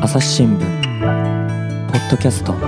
朝日新聞ポッドキャスト。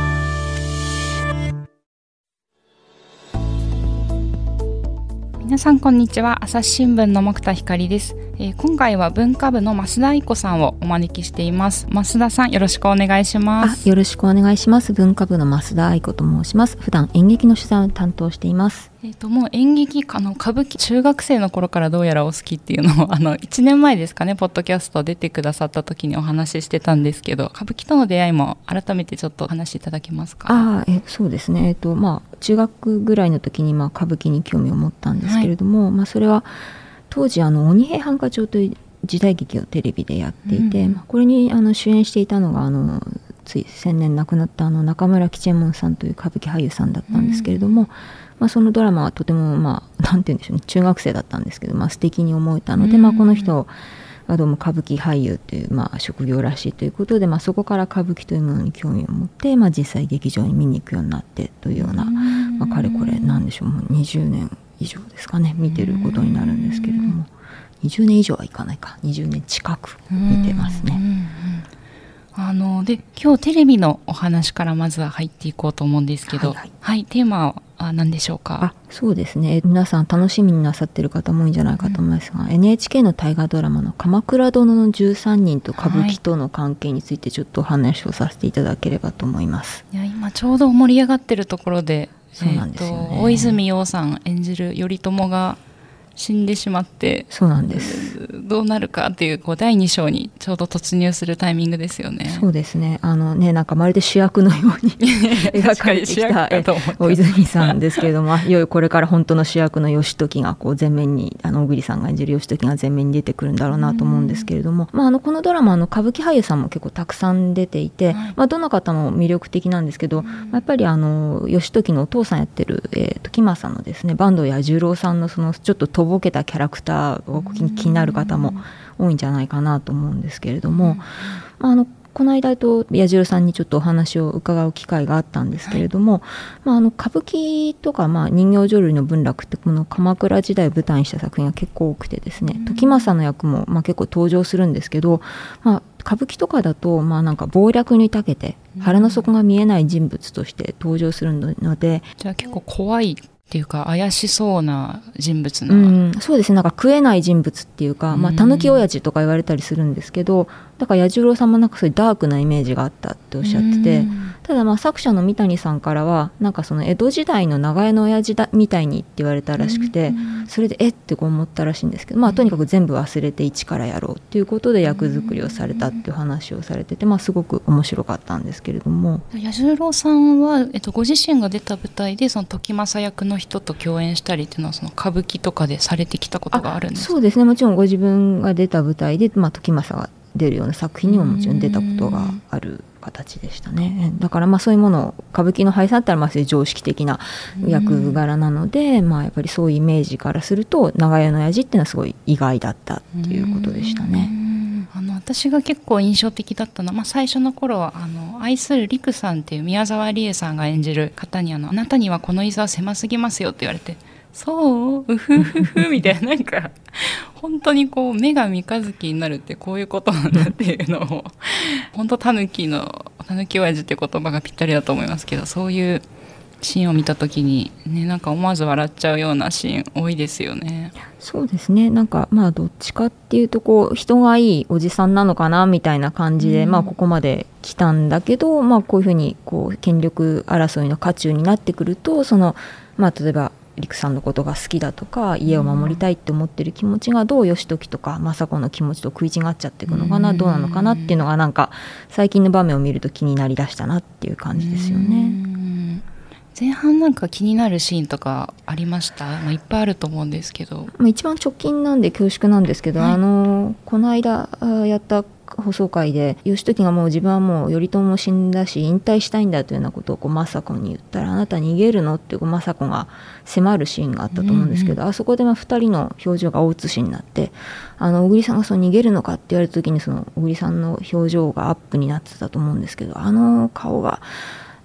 皆さんこんにちは。朝日新聞の木田光です。今回は文化部の増田愛子さんをお招きしています。増田さん、よろしくお願いします。 よろしくお願いします。文化部の増田愛子と申します。普段演劇の取材を担当しています。 もう演劇歌舞伎中学生の頃からどうやらお好きっていうのを1年前ですかね、ポッドキャスト出てくださった時にお話ししてたんですけど、歌舞伎との出会いも改めてちょっとお話しいただけますか？ そうですね。中学ぐらいの時に歌舞伎に興味を持ったんですけれども、それは当時鬼平犯科帳という時代劇をテレビでやっていて、これに主演していたのがつい先年亡くなった中村吉右衛門さんという歌舞伎俳優さんだったんですけれども、そのドラマはとてもなんて言うんでしょうね、中学生だったんですけど、素敵に思えたので、この人はどうも歌舞伎俳優という、職業らしいということで、そこから歌舞伎というものに興味を持って、実際劇場に見に行くようになってというような、かれこれなんでしょう、もう20年以上ですかね、見てることになるんですけれども、20年以上はいかないか、20年近く見てますね。 で今日テレビのお話からまずは入っていこうと思うんですけど、テーマは何でしょうか？ そうですね、皆さん楽しみになさっている方も多いんじゃないかと思いますが、NHK の大河ドラマの鎌倉殿の13人と歌舞伎との関係についてちょっとお話をさせていただければと思います。 今ちょうど盛り上がってるところで、 そうなんですよね。 大泉洋さん演じる頼朝が死んでしまって、 そうなんです。 どうなるかっていう、第2章にちょうど突入するタイミングですよね。 そうですね。なんかまるで主役のように描かれてきた大泉さんですけれども、いよいよこれから本当の主役の義時が前面に、小栗さんが演じる義時が前面に出てくるんだろうなと思うんですけれども、このドラマ歌舞伎俳優さんも結構たくさん出ていて、どの方も魅力的なんですけど、やっぱり義時のお父さんやってる、時政のですね、坂東彌十郎さんのそのちょっととぼけたキャラクターが気になる方も多いんじゃないかなと思うんですけれども、この間彌十郎さんにちょっとお話を伺う機会があったんですけれども、歌舞伎とか人形浄瑠璃の文楽ってこの鎌倉時代を舞台にした作品が結構多くてですね、時政の役も結構登場するんですけど、歌舞伎とかだとなんか謀略に長けて腹の底が見えない人物として登場するので、 じゃあ結構怖いっていうか怪しそうな人物な、 そうですね、なんか食えない人物っていうか、狸親父とか言われたりするんですけど、だから彌十郎さんもなんかそういうダークなイメージがあったっておっしゃってて、ただ作者の三谷さんからはなんかその江戸時代の長屋の親父だみたいにって言われたらしくて、それでって思ったらしいんですけど、とにかく全部忘れて一からやろうっていうことで役作りをされたっていう話をされてて、すごく面白かったんですけれども、 彌十郎さんは、ご自身が出た舞台でその時政役の人と共演したりっていうのは、その歌舞伎とかでされてきたことがあるんですか？ そうですね、もちろんご自分が出た舞台で、時政が出るような作品にももちろん出たことがある形でしたね。だからそういうものを歌舞伎の俳優さんだったらそういう常識的な役柄なので、やっぱりそういうイメージからすると長屋の親父っていうのはすごい意外だったっていうことでしたね。 私が結構印象的だったのは、最初の頃は愛する陸さんっていう宮沢りえさんが演じる方にあなたにはこの椅子は狭すぎますよって言われて、そううふふふみたいな、なんか本当に目が三日月になるってこういうことなんだっていうのを本当たぬき親父って言葉がぴったりだと思いますけど、そういうシーンを見た時にね、なんか思わず笑っちゃうようなシーン多いですよね。 そうですね、なんかどっちかっていうと人がいいおじさんなのかなみたいな感じで、ここまで来たんだけど、こういうふうに権力争いの渦中になってくると、例えば陸さんのことが好きだとか家を守りたいって思ってる気持ちがどう義時とか政子の気持ちと食い違っちゃっていくのかな、どうなのかなっていうのがなんか最近の場面を見ると気になりだしたなっていう感じですよね。 前半なんか気になるシーンとかありました？いっぱいあると思うんですけど、 一番直近なんで恐縮なんですけど、この間やった放送会で義時がもう自分はもう頼朝も死んだし引退したいんだというようなことを政子に言ったら、あなた逃げるのって政子が迫るシーンがあったと思うんですけど、あそこで2人の表情が大写しになって、小栗さんが逃げるのかって言われた時にその小栗さんの表情がアップになってたと思うんですけど、顔が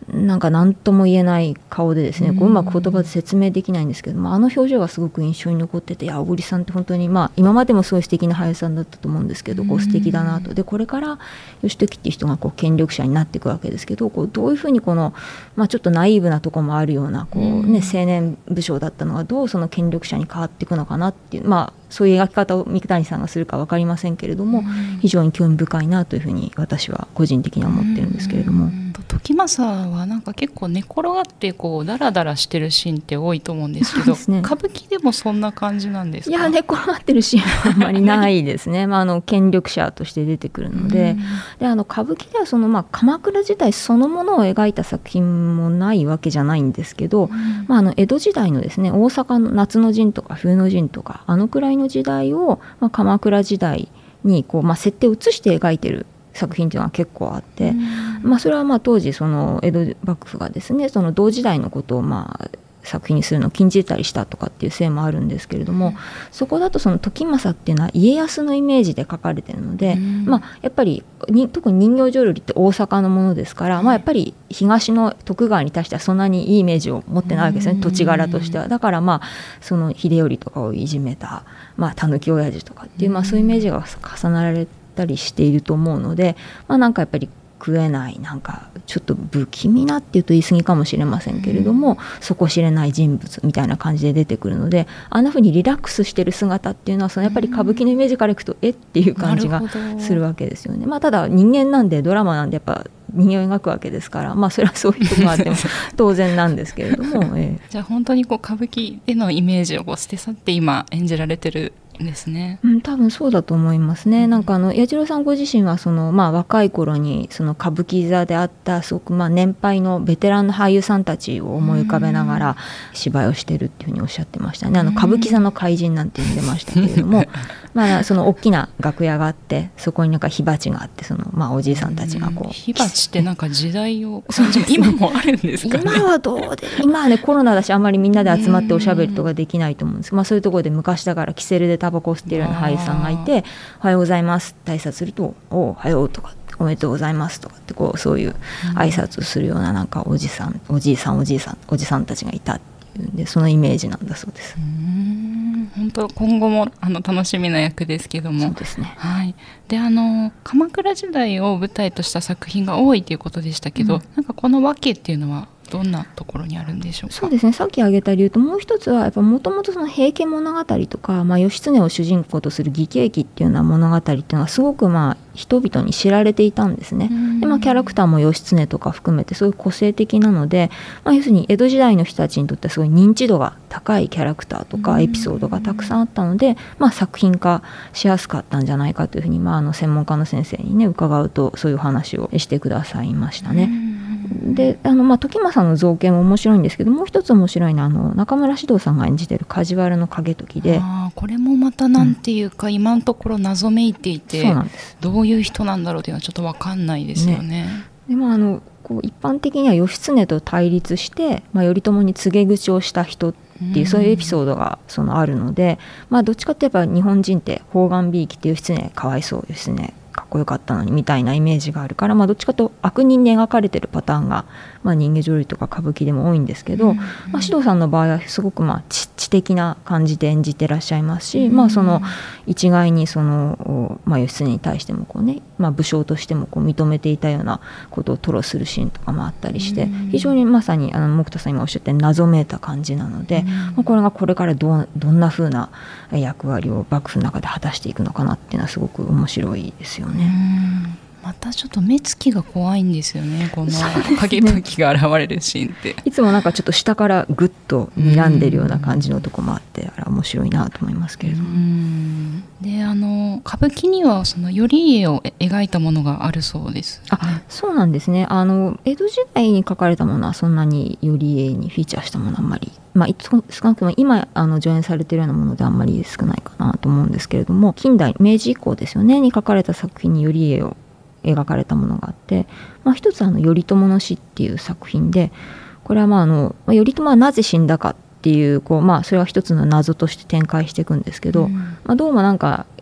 なんか何とも言えない顔でですね、こううまく言葉で説明できないんですけども、あの表情がすごく印象に残ってて、いや小栗さんって本当に今までもすごい素敵な俳優さんだったと思うんですけど、こう素敵だなと。でこれから義時っていう人がこう権力者になっていくわけですけど、こうどういうふうにこの、ちょっとナイーブなとこもあるようなこう、ね、青年武将だったのがどうその権力者に変わっていくのかなっていう、そういう描き方を三谷さんがするか分かりませんけれども、非常に興味深いなというふうに私は個人的には思ってるんですけれども。 時政はなんか結構寝転がってこうダラダラしてるシーンって多いと思うんですけど、歌舞伎でもそんな感じなんですか？ いや寝転がってるシーンはあんまりないですね権力者として出てくるので、歌舞伎ではその、鎌倉時代そのものを描いた作品もないわけじゃないんですけど、江戸時代のですね、大阪の夏の陣とか冬の陣とかあのくらいの時代を、鎌倉時代にこう、設定を移して描いてる作品というのは結構あって、それは当時その江戸幕府がですね、その同時代のことを作品にするのを禁じたりしたとかっていうせいもあるんですけれども、そこだとその時政っていうのは家康のイメージで描かれてるので、やっぱり特に人形浄瑠璃って大阪のものですから、やっぱり東の徳川に対してはそんなにいいイメージを持ってないわけですね、土地柄としては。だからその秀頼とかをいじめた狸親父とかっていう、そういうイメージが重なられたりしていると思うので、なんかやっぱり食えない、なんかちょっと不気味なっていうと言い過ぎかもしれませんけれども、底知れない人物みたいな感じで出てくるので、あんな風にリラックスしてる姿っていうのはやっぱり歌舞伎のイメージからいくとっていう感じがするわけですよね。ただ人間なんで、ドラマなんでやっぱ人間を描くわけですから、それはそういうところがあっても当然なんですけれども、 じゃあ本当にこう歌舞伎でのイメージをこう捨て去って今演じられてるですね。 多分そうだと思いますね。なんか彌十郎さんご自身はその、若い頃にその歌舞伎座であったすごく年配のベテランの俳優さんたちを思い浮かべながら芝居をしてるっていうふうにおっしゃってましたね。歌舞伎座の怪人なんて呼んでましたけれどもその大きな楽屋があって、そこになんか火鉢があって、そのおじいさんたちがこう、 火鉢ってなんか時代を感じる今もあるんですかね。 今はどうで、今はねコロナだしあんまりみんなで集まっておしゃべりとかできないと思うんですけど、そういうところで昔だからキセルでタバコ吸ってるような俳優さんがいて、おはようございますって挨拶すると、おはようとかおめでとうございますとかってこう、そういう挨拶をするようななんかおじいさんたちがいたっていうんで、そのイメージなんだそうです。 本当今後も楽しみな役ですけども。 そうですね。 はい。で鎌倉時代を舞台とした作品が多いということでしたけど、なんかこの訳っていうのはどんなところにあるんでしょうか？ そうですね、さっき挙げた理由ともう一つはやっぱもともとその平家物語とか、義経を主人公とする義経記っていうような物語っていうのはすごく人々に知られていたんですね。でキャラクターも義経とか含めてすごい個性的なので、要するに江戸時代の人たちにとってはすごい認知度が高いキャラクターとかエピソードがたくさんあったので、作品化しやすかったんじゃないかというふうに、専門家の先生にね伺うとそういう話をしてくださいましたね。で時政の造形も面白いんですけど、もう一つ面白いのは中村獅童さんが演じている梶原景時で、 これもまたなんていうか、今のところ謎めいていて、どういう人なんだろうというのはちょっと分かんないですよね。 でもこう一般的には義経と対立して、頼朝に告げ口をした人っていう、そういうエピソードがあるので、どっちかってやっぱ日本人って砲丸びいきって義経かわいそう、義経かっこよかったのにみたいなイメージがあるから、どっちかというと悪人に描かれてるパターンが、人形浄瑠璃とか歌舞伎でも多いんですけど、獅童さんの場合はすごく知的な感じで演じてらっしゃいますし、その一概に義経に対してもこうね、武将としてもこう認めていたようなことを吐露するシーンとかもあったりして、非常にまさに木田さん今おっしゃった謎めいた感じなので、これがこれからどんな風な役割を幕府の中で果たしていくのかなっていうのはすごく面白いですよね。 またちょっと目つきが怖いんですよね、この影武器が現れるシーンって。 いつもなんかちょっと下からグッと睨んでるような感じのとこもあって、面白いなと思いますけれども。 で歌舞伎にはその頼家を描いたものがあるそうです、ね。 そうなんですね。江戸時代に書かれたものはそんなに頼家にフィーチャーしたものはあんまり、少なくとも今上演されているようなものであんまり少ないかなと思うんですけれども、近代明治以降ですよねに書かれた作品に頼家を描かれたものがあって、一つ頼朝の死っていう作品で、これは頼朝はなぜ死んだかっていう、それは一つの謎として展開していくんですけど、どうもなんか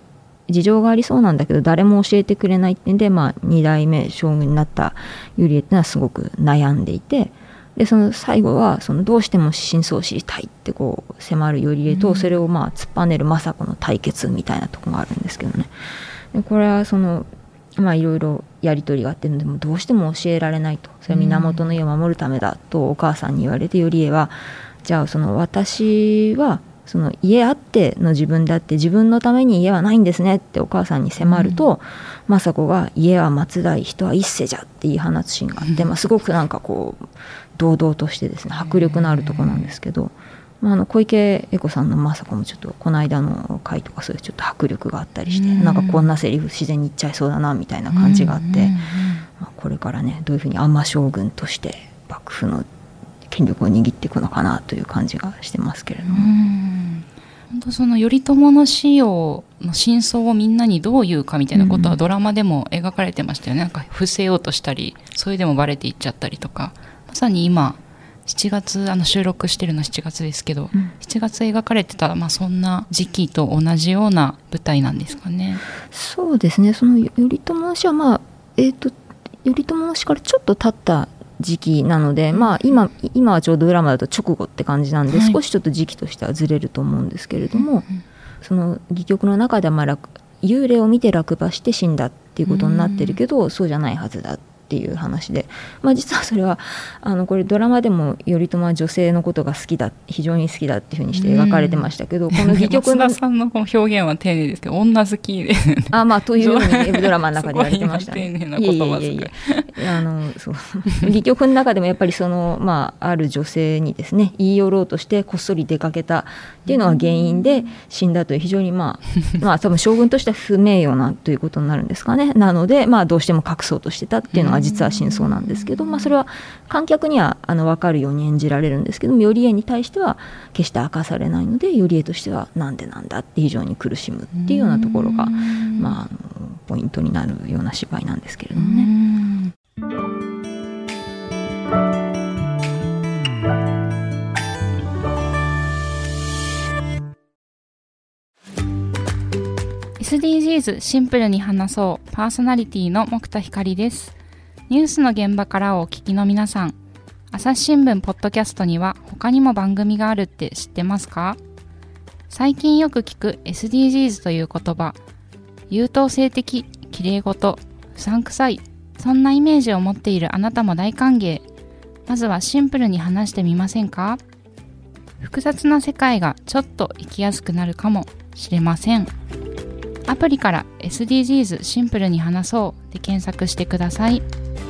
事情がありそうなんだけど誰も教えてくれないってんで、2代目将軍になった頼家ってのはすごく悩んでいて、でその最後はどうしても真相を知りたいってこう迫る頼家と、それを突っぱねる政子の対決みたいなところがあるんですけどね。でこれはいろいろやり取りがあってのでもどうしても教えられないと、それは源の家を守るためだとお母さんに言われて、頼家はじゃあ私は家あっての自分であって自分のために家はないんですねってお母さんに迫ると、政子が家は松代人は一世じゃって言い放つシーンがあって、すごくこう堂々としてですね迫力のあるところなんですけど、小池栄子さんの政子もちょっとこの間の回とかそういうちょっと迫力があったりして、こんなセリフ自然に言っちゃいそうだなみたいな感じがあって、これからねどういうふうに尼将軍として幕府の権力を握っていくのかなという感じがしてますけれども、 本当頼朝の死をの真相をみんなにどう言うかみたいなことはドラマでも描かれてましたよね。伏せようとしたりそれでもバレていっちゃったりとか、まさに今7月収録してるの7月ですけど、7月描かれてた、そんな時期と同じような舞台なんですかね。 そうですね。頼朝の死は頼朝の死からちょっと経った時期なので、今はちょうどドラマだと直後って感じなんで、少しちょっと時期としてはずれると思うんですけれども、その戯曲の中では幽霊を見て落馬して死んだっていうことになってるけど、そうじゃないはずだっていう話で、実はそれはこれドラマでも頼朝は女性のことが好きだ、非常に好きだっていうふうにして描かれてましたけど、この戯曲の増田さんのこの表現は丁寧ですけど女好きですね。 というようにウェブドラマの中で言われてましたね。 丁寧な言葉遣い。 戯曲の中でもやっぱりある女性にですね言い寄ろうとしてこっそり出かけたっていうのが原因で死んだという非常に多分将軍としては不名誉なということになるんですかね。なのでどうしても隠そうとしてたっていうのが実は真相なんですけど、それは観客には分かるように演じられるんですけども、頼家に対しては決して明かされないので、頼家としてはなんでなんだって非常に苦しむっていうようなところがポイントになるような芝居なんですけれどもね。 SDGs シンプルに話そうパーソナリティの木田光です。ニュースの現場からをお聞きの皆さん、朝日新聞ポッドキャストには他にも番組があるって知ってますか？最近よく聞く SDGs という言葉、優等生的、きれいごと、うさんくさい、そんなイメージを持っているあなたも大歓迎。まずはシンプルに話してみませんか？複雑な世界がちょっと生きやすくなるかもしれません。アプリから SDGs シンプルに話そうで検索してください。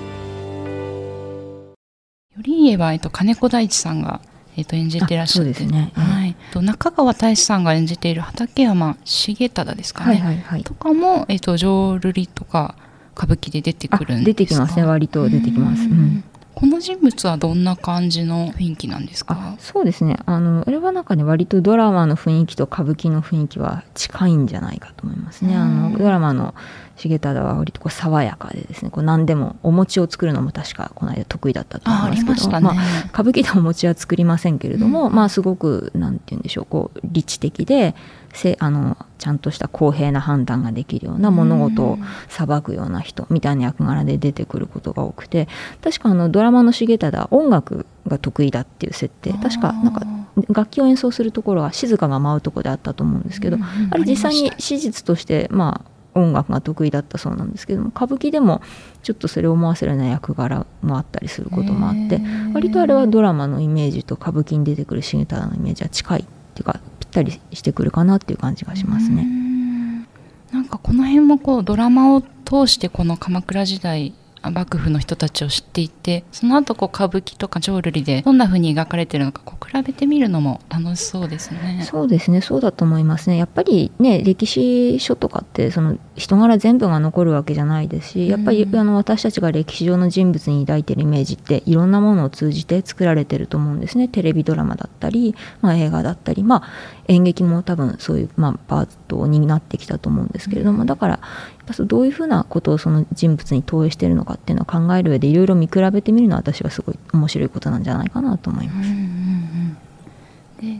頼家は、金子大地さんが、演じていらっしゃって、 そうですね。 中川大志さんが演じている畠山重忠ですかね、とかも、浄瑠璃とか歌舞伎で出てくるんですか？ 出てきますね。割と出てきます。 この人物はどんな感じの雰囲気なんですか？ そうですね。あれは割とドラマの雰囲気と歌舞伎の雰囲気は近いんじゃないかと思いますね。ドラマの重忠は割と爽やかでですね、何でもお餅を作るのも確かこの間得意だったと思いますけど、歌舞伎でお餅は作りませんけれども、すごくなんて言うんでしょう、理知的でちゃんとした公平な判断ができるような物事を裁くような人みたいな役柄で出てくることが多くて、確かドラマの重忠は音楽が得意だっていう設定、確か楽器を演奏するところは静かが舞うところであったと思うんですけど、あれ実際に史実として音楽が得意だったそうなんですけども、歌舞伎でもちょっとそれを思わせるような役柄もあったりすることもあって、割とあれはドラマのイメージと歌舞伎に出てくる重忠のイメージは近いっていうかぴったりしてくるかなっていう感じがしますね。 この辺もドラマを通してこの鎌倉時代幕府の人たちを知っていて、その後歌舞伎とか浄瑠璃でどんな風に描かれているのか比べてみるのも楽しそうですね。 そうですね。そうだと思いますね。やっぱりね、歴史書とかってその人柄全部が残るわけじゃないですし、やっぱり私たちが歴史上の人物に抱いているイメージっていろんなものを通じて作られてると思うんですね。テレビドラマだったり、映画だったり、演劇も多分そういうパートになってきたと思うんですけれども、だからどういうふうなことをその人物に投影しているのかっていうのを考える上でいろいろ見比べてみるのは私はすごい面白いことなんじゃないかなと思います。 で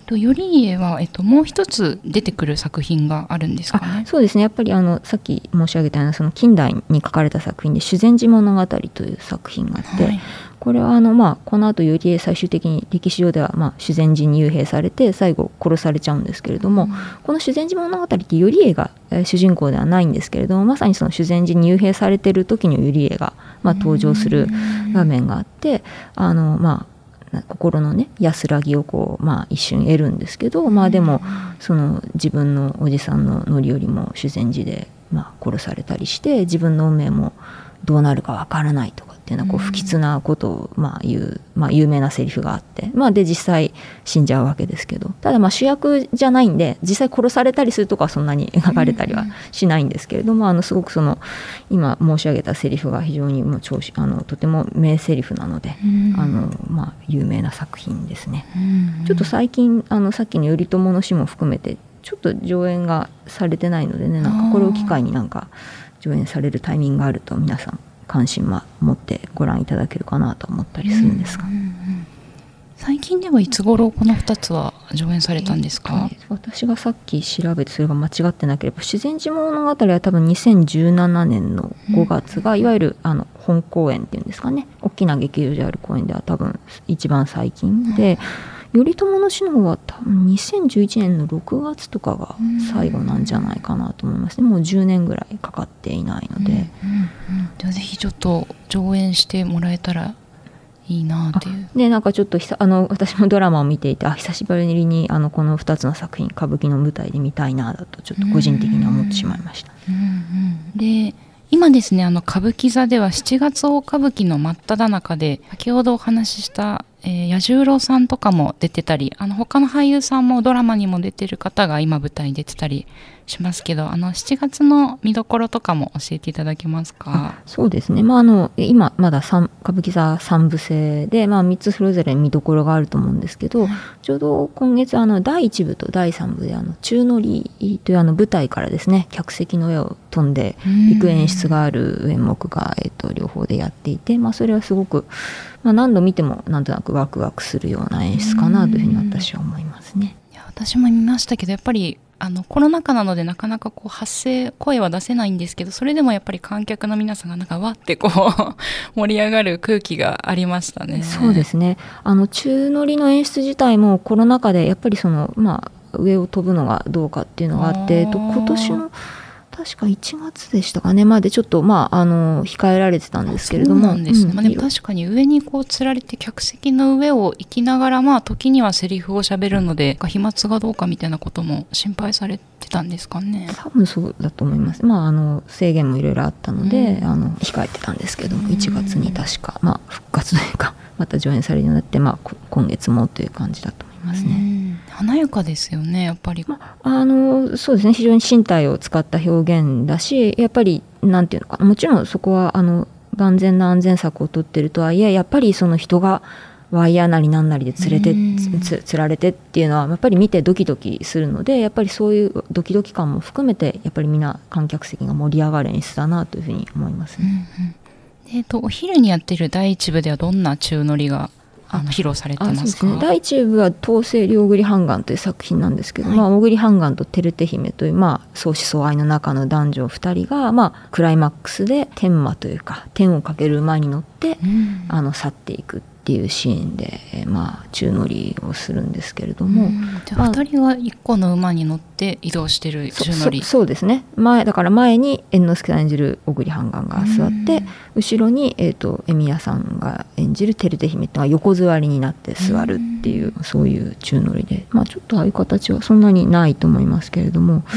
頼家は、もう一つ出てくる作品があるんですかね。 そうですね、やっぱりさっき申し上げたようなその近代に書かれた作品で修善寺物語という作品があって、はい、これはこの後頼家最終的に歴史上では修善寺に幽閉されて最後殺されちゃうんですけれども、この修善寺物語って頼家が主人公ではないんですけれども、まさにその修善寺に幽閉されている時に頼家が登場する場面があって、心のね安らぎを一瞬得るんですけど、でもその自分のおじさんの範頼も修善寺で殺されたりして、自分の運命もどうなるかわからないとかっていうのは不吉なことを言う、有名なセリフがあって、で実際死んじゃうわけですけど、ただ主役じゃないんで実際殺されたりするとかはそんなに描かれたりはしないんですけれども、すごくその今申し上げたセリフが非常にとても名セリフなので、有名な作品ですね。ちょっと最近さっきの頼朝の死も含めてちょっと上演がされてないのでね、これを機会に上演されるタイミングがあると皆さん関心持ってご覧いただけるかなと思ったりするんですが、 最近ではいつ頃この2つは上演されたんですか？ 私がさっき調べてそれが間違ってなければ修善寺物語は多分2017年の5月が、いわゆる本公演っていうんですかね、大きな劇場である公演では多分一番最近で、頼朝の死の方は多分2011年の6月とかが最後なんじゃないかなと思いますね。もう10年ぐらいかかっていないので、 じゃあぜひちょっと上演してもらえたらいいなっていう。 でちょっと私もドラマを見ていて、久しぶりにこの2つの作品歌舞伎の舞台で見たいなだとちょっと個人的に思ってしまいました。 で今ですね、歌舞伎座では7月大歌舞伎の真っ只中で、先ほどお話しした彌十郎さんとかも出てたり、他の俳優さんもドラマにも出てる方が今舞台に出てたりしますけど、7月の見どころとかも教えていただけますか？ そうですね、今まだ歌舞伎座3部制で、3つそれぞれ見どころがあると思うんですけど、ちょうど今月第1部と第3部で宙乗りという舞台からですね、客席の上を飛んでいく演出がある演目が、両方でやっていて、それはすごく、何度見てもなんとなくワクワクするような演出かなというふうに私は思いますね。 いや、私も見ましたけど、やっぱりコロナ禍なのでなかなか声は出せないんですけど、それでもやっぱり観客の皆さんがわって盛り上がる空気がありましたね。 そうですね、宙乗りの演出自体もコロナ禍でやっぱり上を飛ぶのがどうかっていうのがあって、今年の確か1月でしたかねまでちょっと控えられてたんですけれども、 そうなんですね。でも確かに上につられて客席の上を行きながら、時にはセリフを喋るので飛沫がどうかみたいなことも心配されてたんですかね。 多分そうだと思います。制限もいろいろあったので、控えてたんですけども、1月に確か、復活というかまた上演されるようになって、今月もという感じだと思いますね。 華やかですよね、やっぱり。 そうですね、非常に身体を使った表現だし、やっぱりなんていうのかな、もちろんそこは万全な安全策を取ってるとはいえ、やっぱりその人がワイヤーなりなんなりでつられてっていうのはやっぱり見てドキドキするので、やっぱりそういうドキドキ感も含めてやっぱりみんな観客席が盛り上がる演出だなというふうに思いますね。 お昼にやってる第一部ではどんな宙乗りが披露されてますか？ そうですね、第1部は東西両栗半眼という作品なんですけど、小栗半眼と照手姫という、相思相愛の中の男女2人が、クライマックスで天馬というか天をかける馬に乗って、去っていくっていうシーンで、宙乗りをするんですけれども、 じゃあ2人が1個の馬に乗って移動してる宙乗り。 そうですね、だから前に猿之助さん演じる小栗半眼が座って、後ろに、恵宮さんが演じる照手姫ってのが横座りになって座るっていう、そういう宙乗りで、ちょっとああいう形はそんなにないと思いますけれども、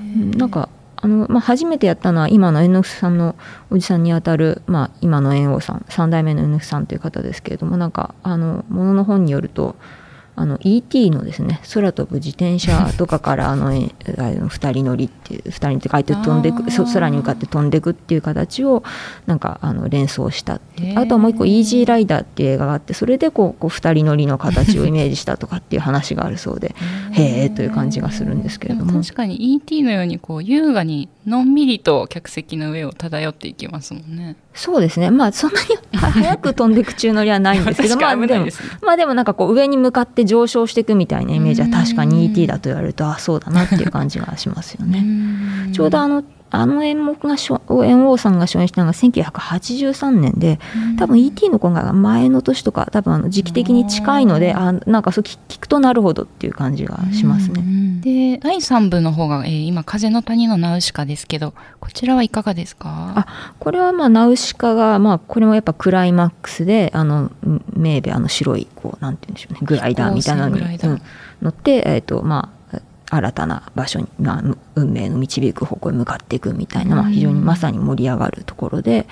初めてやったのは今の猿之助さんのおじさんにあたる、今の猿翁さん3代目の猿之助さんという方ですけれども、ものの本によるとE.T. のですね、空飛ぶ自転車とかから二人乗りっていう二人って書いて飛んでく、空に向かって飛んでくっていう形を連想したって。あとはもう一個イージーライダーっていう映画があって、それで二人乗りの形をイメージしたとかっていう話があるそうでへーという感じがするんですけれども、 確かに E.T. のように優雅にのんびりと客席の上を漂っていきますもんね。 そうですね、そんなに早く飛んでいく宙乗りはないんですけどでも上に向かってって上昇していくみたいなイメージは確かに ET だと言われるとそうだなっていう感じがしますよね。ちょうどあの演目が猿翁さんが初演したのが1983年で、多分 ET の子が前の年とか多分時期的に近いので、なんかそう聞くとなるほどっていう感じがしますね。 で第3部の方が、今風の谷のナウシカですけど、こちらはいかがですか？ これはナウシカが、これもやっぱクライマックスでメーベ白いなんて言うんでしょうね、グライダーみたいなのに乗って、新たな場所に、運命の導く方向へ向かっていくみたいな、非常にまさに盛り上がるところで、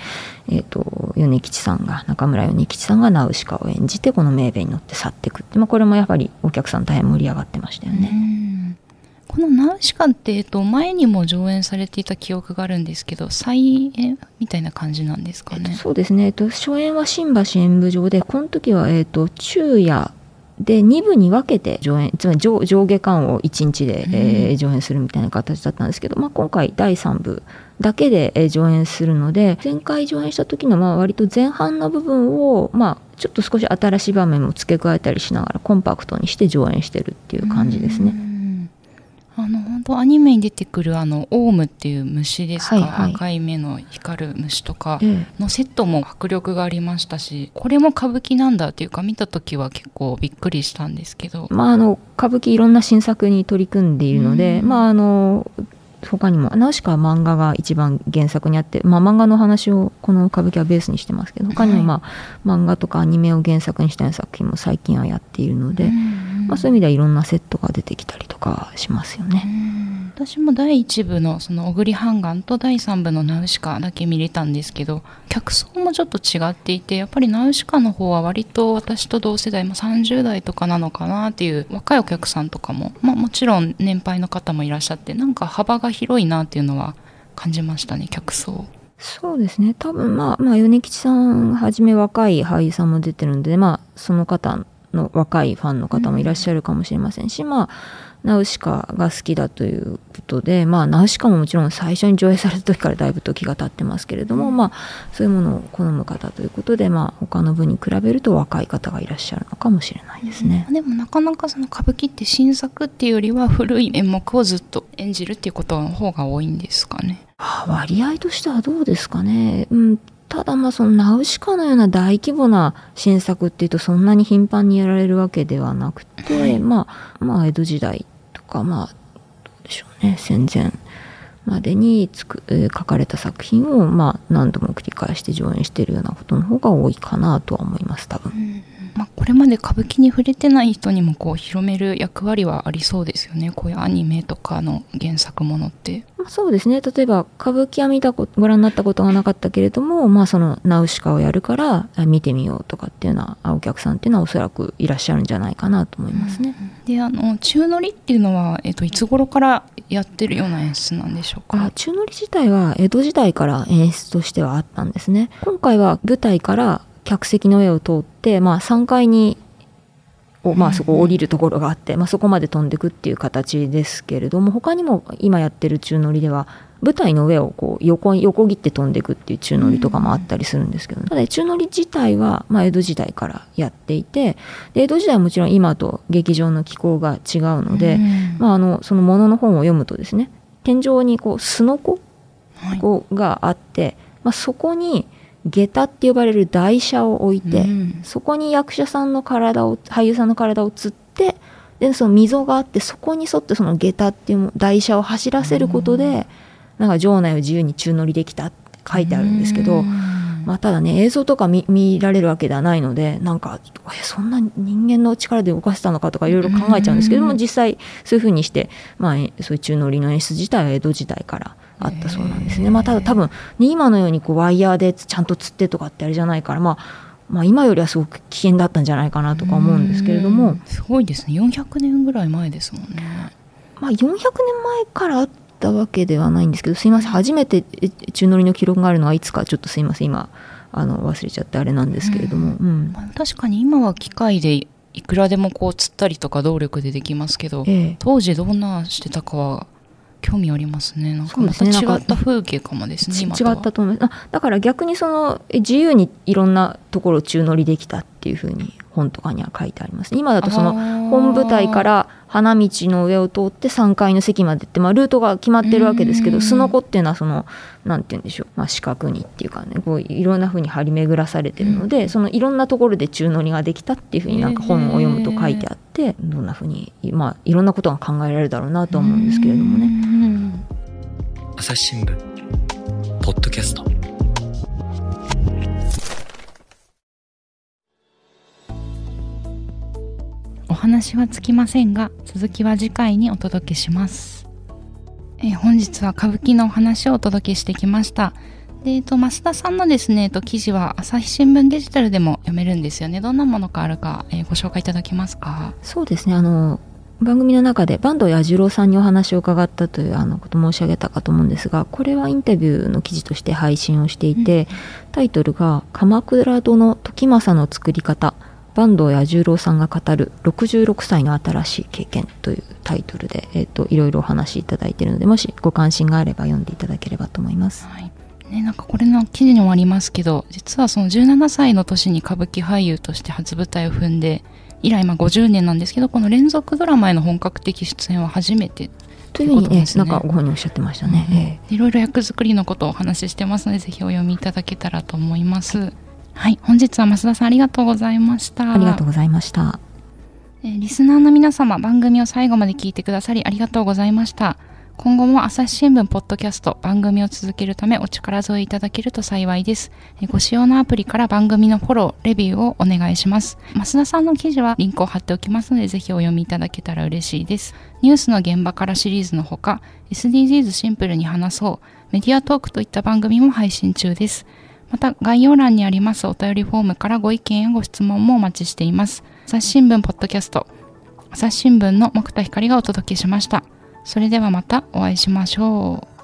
中村米吉さんがナウシカを演じてこのメーベに乗って去っていくって、これもやはりお客さん大変盛り上がってましたよね。 このナウシカって、前にも上演されていた記憶があるんですけど、再演みたいな感じなんですかね。 そうですね、初演は新橋演舞場で、この時は、昼夜で2部に分けて上演、つまり上下巻を1日で、上演するみたいな形だったんですけど、今回第3部だけで、上演するので、前回上演した時の割と前半の部分を、ちょっと少し新しい場面も付け加えたりしながらコンパクトにして上演してるっていう感じですね。 本当アニメに出てくるオウムっていう虫ですか、赤い目の光る虫とかのセットも迫力がありましたし、これも歌舞伎なんだっていうか、見た時は結構びっくりしたんですけど、 歌舞伎いろんな新作に取り組んでいるので、他にもナウシカは漫画が一番原作にあって、漫画の話をこの歌舞伎はベースにしてますけど、他にも漫画とかアニメを原作にしたような作品も最近はやっているので、そういう意味ではいろんなセットが出てきたりとかしますよね。 私も第1部のその小栗半眼と第3部のナウシカだけ見れたんですけど、客層もちょっと違っていて、やっぱりナウシカの方は割と私と同世代、30代とかなのかなっていう若いお客さんとかも、もちろん年配の方もいらっしゃって、なんか幅が広いなっていうのは感じましたね、客層。 そうですね、多分米吉さんはじめ若い俳優さんも出てるんで、その方の若いファンの方もいらっしゃるかもしれませんし、ナウシカが好きだということで、ナウシカももちろん最初に上映された時からだいぶ時が経ってますけれども、そういうものを好む方ということで、他の部に比べると若い方がいらっしゃるのかもしれないですね。 でもなかなかその歌舞伎って新作っていうよりは古い演目をずっと演じるっていうことの方が多いんですかね。 割合としてはどうですかね。ただそのナウシカのような大規模な新作っていうとそんなに頻繁にやられるわけではなくて、江戸時代とかどうでしょうね、戦前までに書かれた作品を何度も繰り返して上演しているようなことの方が多いかなとは思います、多分。 これまで歌舞伎に触れてない人にも広める役割はありそうですよね、こういうアニメとかの原作ものって。 そうですね、例えば歌舞伎はご覧になったことがなかったけれども、そのナウシカをやるから見てみようとかっていうようなお客さんっていうのはおそらくいらっしゃるんじゃないかなと思いますね。 で宙乗りっていうのは、いつ頃からやってるような演出なんでしょうか？ 宙乗り自体は江戸時代から演出としてはあったんですね。今回は舞台から客席の上を通って、3階にそこを降りるところがあって、そこまで飛んでいくっていう形ですけれども、他にも今やってる宙乗りでは舞台の上を横切って飛んでいくっていう宙乗りとかもあったりするんですけど、ただ宙乗り自体は江戸時代からやっていて、で江戸時代はもちろん今と劇場の機構が違うので、そのものの本を読むとですね、天井にすのこがあって、そこに下駄って呼ばれる台車を置いて、そこに役者さんの俳優さんの体を吊って、でその溝があって、そこに沿ってその下駄っていう台車を走らせることで、なんか場内を自由に宙乗りできたって書いてあるんですけど、ただね、映像とか 見られるわけではないので、なんかそんな人間の力で動かせたのかとかいろいろ考えちゃうんですけども、実際そういうふうにして、そういう宙乗りの演出自体は江戸時代からあったそうなんですね。ただ多分、今のようにワイヤーでちゃんと吊ってとかってあれじゃないから、今よりはすごく危険だったんじゃないかなとか思うんですけれども。 すごいですね、400年ぐらい前ですもんね。 400年前からあったわけではないんですけど、すいません、初めて宙乗りの記録があるのはいつかちょっとすいません、今忘れちゃってあれなんですけれども、 確かに今は機械でいくらでも釣ったりとか動力でできますけど、当時どんなしてたかは興味ありますね。なんかまた違った風景かもですね。 今とは違ったと思います。だから逆に自由にいろんなところを宙乗りできたっていうふうに本とかには書いてあります。今だとその本舞台から花道の上を通って3階の席までって、ルートが決まってるわけですけど、すのこっていうのはそのなんて言うんでしょう、四角にっていうかね、こういろんな風に張り巡らされてるので、そのいろんなところで宙乗りができたっていう風になんか本を読むと書いてあって、どんな風にいろんなことが考えられるだろうなと思うんですけれどもね。 朝日新聞ポッドキャスト。 お話はつきませんが、続きは次回にお届けします。本日は歌舞伎のお話をお届けしてきました。で、増田さんのですね、記事は朝日新聞デジタルでも読めるんですよね。どんなものがあるか、ご紹介いただけますか？ そうですね、番組の中で坂東彌十郎さんにお話を伺ったということ申し上げたかと思うんですが、これはインタビューの記事として配信をしていて、タイトルが鎌倉殿時政の作り方、坂東彌十郎さんが語る66歳の新しい経験というタイトルで、いろいろお話しいただいているので、もしご関心があれば読んでいただければと思います。 はいね、なんかこれの記事にもありますけど、実はその17歳の年に歌舞伎俳優として初舞台を踏んで以来50年なんですけど、この連続ドラマへの本格的出演は初めてというふうにね、なんかご本人おっしゃってましたね。 いろいろ役作りのことをお話ししてますので、ぜひお読みいただけたらと思います。はい、本日は増田さんありがとうございました。 ありがとうございました。 リスナーの皆様、番組を最後まで聞いてくださりありがとうございました。今後も朝日新聞ポッドキャスト番組を続けるためお力添えいただけると幸いです。ご使用のアプリから番組のフォロー、レビューをお願いします。増田さんの記事はリンクを貼っておきますので、ぜひお読みいただけたら嬉しいです。ニュースの現場からシリーズのほか、SDGs シンプルに話そう、メディアトークといった番組も配信中です。また概要欄にありますお便りフォームからご意見やご質問もお待ちしています。朝日新聞ポッドキャスト、朝日新聞の木田光がお届けしました。それではまたお会いしましょう。